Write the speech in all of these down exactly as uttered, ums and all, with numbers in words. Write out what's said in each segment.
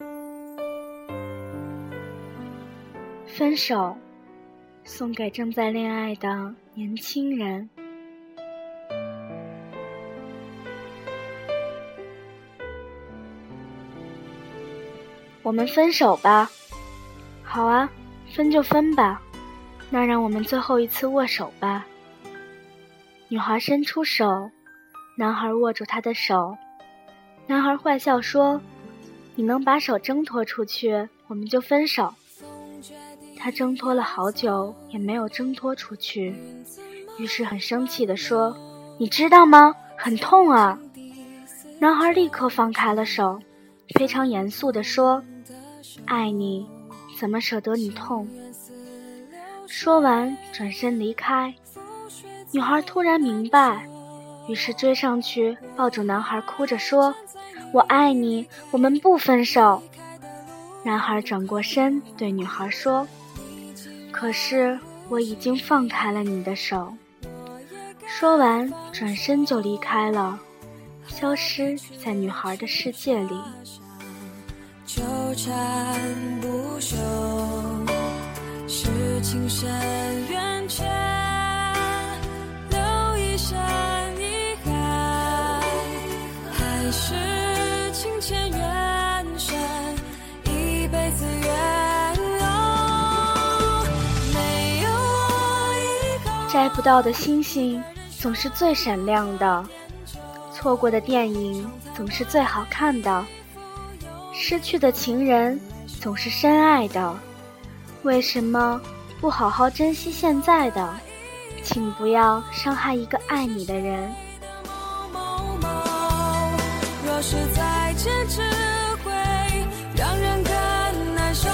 分手，送给正在恋爱的年轻人。我们分手吧。好啊，分就分吧，那让我们最后一次握手吧。女孩伸出手，男孩握住她的手。男孩坏笑说，你能把手挣脱出去，我们就分手。他挣脱了好久也没有挣脱出去，于是很生气地说，你知道吗？很痛啊。男孩立刻放开了手，非常严肃地说，爱你，怎么舍得你痛？说完转身离开。女孩突然明白，于是追上去抱住男孩，哭着说，我爱你，我们不分手。男孩转过身对女孩说，可是我已经放开了你的手。说完转身就离开了，消失在女孩的世界里。 纠缠不休，是情深缘浅，留一身遗憾，还是情牵缘深，一辈子缘由。没有我一个摘不到的星星总是最闪亮的，错过的电影总是最好看的，失去的情人总是深爱的。为什么不好好珍惜现在的？请不要伤害一个爱你的人。 某某某，若是再见只会让人更难受。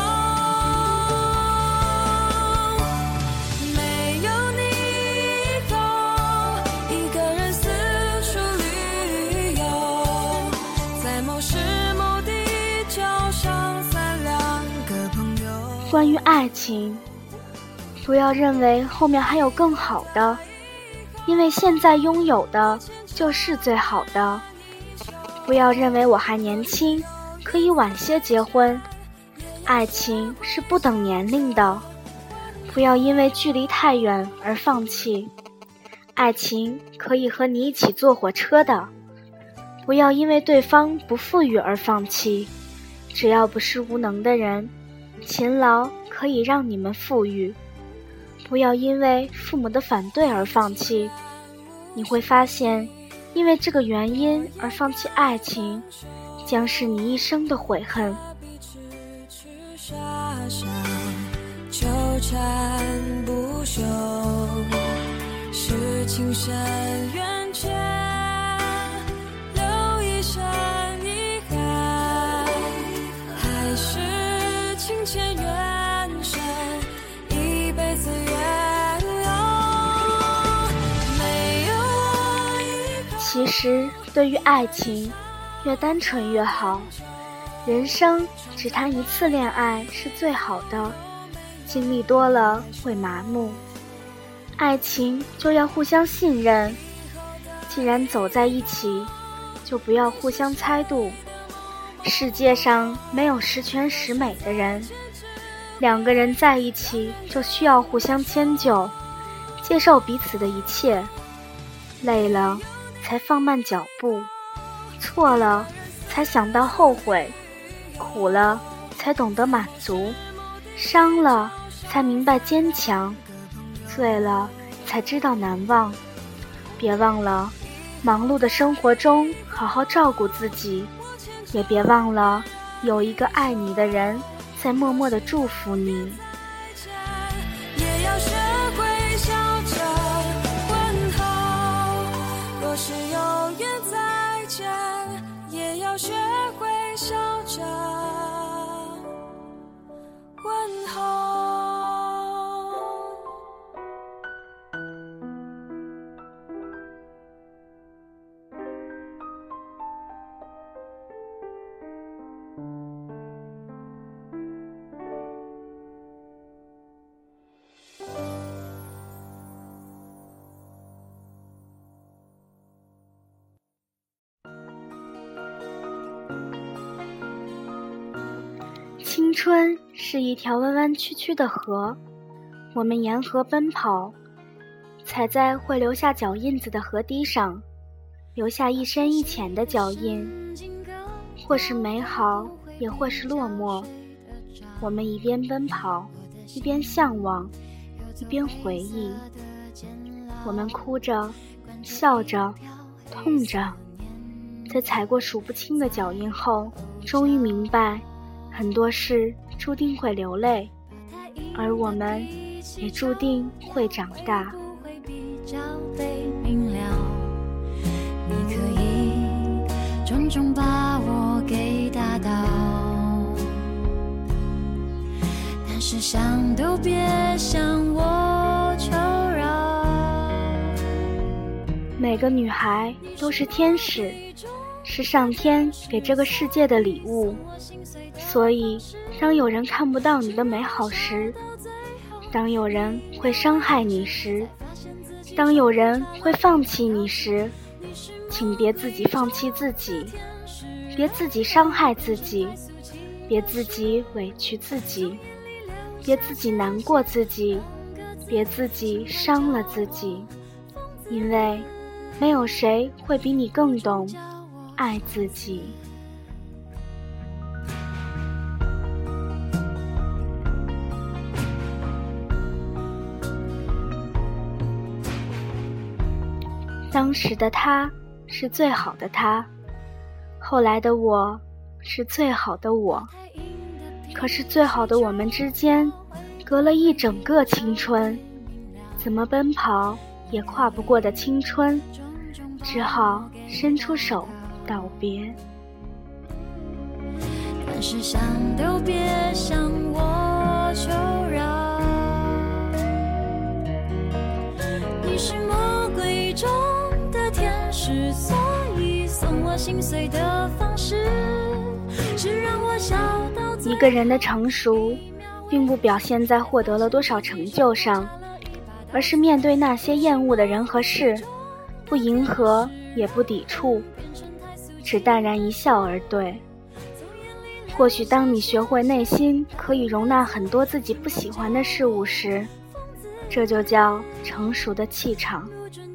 没有你以后，一个人四处旅游，在某时某地交上三两个朋友。 关于爱情，不要认为后面还有更好的，因为现在拥有的就是最好的。不要认为我还年轻，可以晚些结婚，爱情是不等年龄的。不要因为距离太远而放弃，爱情可以和你一起坐火车的。不要因为对方不富裕而放弃，只要不是无能的人，勤劳可以让你们富裕。不要因为父母的反对而放弃，你会发现，因为这个原因而放弃爱情，将是你一生的悔恨。 纠缠不休，是情深缘浅，留一身遗憾，还是情牵缘深，一辈子缘由。没有我一个。 其实对于爱情，越单纯越好。人生只谈一次恋爱是最好的，经历多了会麻木。爱情就要互相信任，既然走在一起，就不要互相猜度。世界上没有十全十美的人，两个人在一起就需要互相迁就，接受彼此的一切。累了才放慢脚步，错了才想到后悔，苦了才懂得满足，伤了才明白坚强，醉了才知道难忘。别忘了，忙碌的生活中好好照顾自己，也别忘了有一个爱你的人在默默地祝福你。 也要学会笑着问候，若是有缘再见，也要学会笑着问候。 青春是一条弯弯曲曲的河，我们沿河奔跑，踩在会留下脚印子的河堤上，留下一深一浅的脚印，或是美好，也或是落寞。我们一边奔跑，一边向往，一边回忆。我们哭着，笑着，痛着，在踩过数不清的脚印后，终于明白，很多事注定会流泪，而我们也注定会长大。你可以重重把我给打倒，但是想都别向我求饶。每个女孩都是天使，是上天给这个世界的礼物，所以当有人看不到你的美好时，当有人会伤害你时，当有人会放弃你时，请别自己放弃自己，别自己伤害自己，别自己委屈自己，别自己难过自己，别自己伤了自己，因为没有谁会比你更懂爱自己。当时的他是最好的他，后来的我是最好的我，可是最好的我们之间隔了一整个青春，怎么奔跑也跨不过的青春，只好伸出手道别。但是想都别向我求饶，你是魔鬼中的天使，所以送我心碎的方式是让我笑到最后。一个人的成熟并不表现在获得了多少成就上，而是面对那些厌恶的人和事，不迎合也不抵触，只淡然一笑而对。或许当你学会内心可以容纳很多自己不喜欢的事物时，这就叫成熟的气场。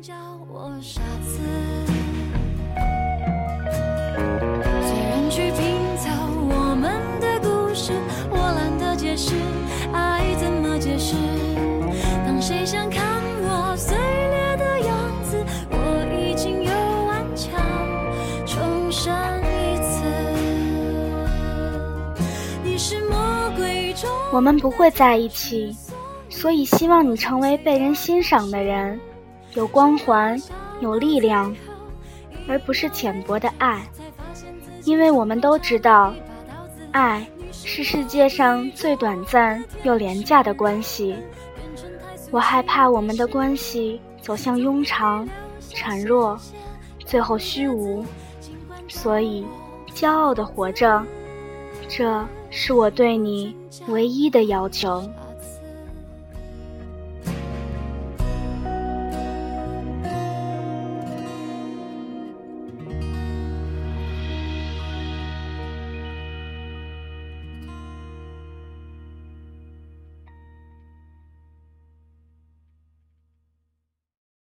虽然去拼凑我们的故事，我懒得解释爱怎么解释，当谁想看我碎裂的样子，我已经有顽强重生一次。你是魔鬼中，我们不会在一起，所以希望你成为被人欣赏的人，有光环，有力量，而不是浅薄的爱。因为我们都知道，爱是世界上最短暂又廉价的关系。我害怕我们的关系走向庸长、孱弱，最后虚无，所以骄傲地活着，这是我对你唯一的要求。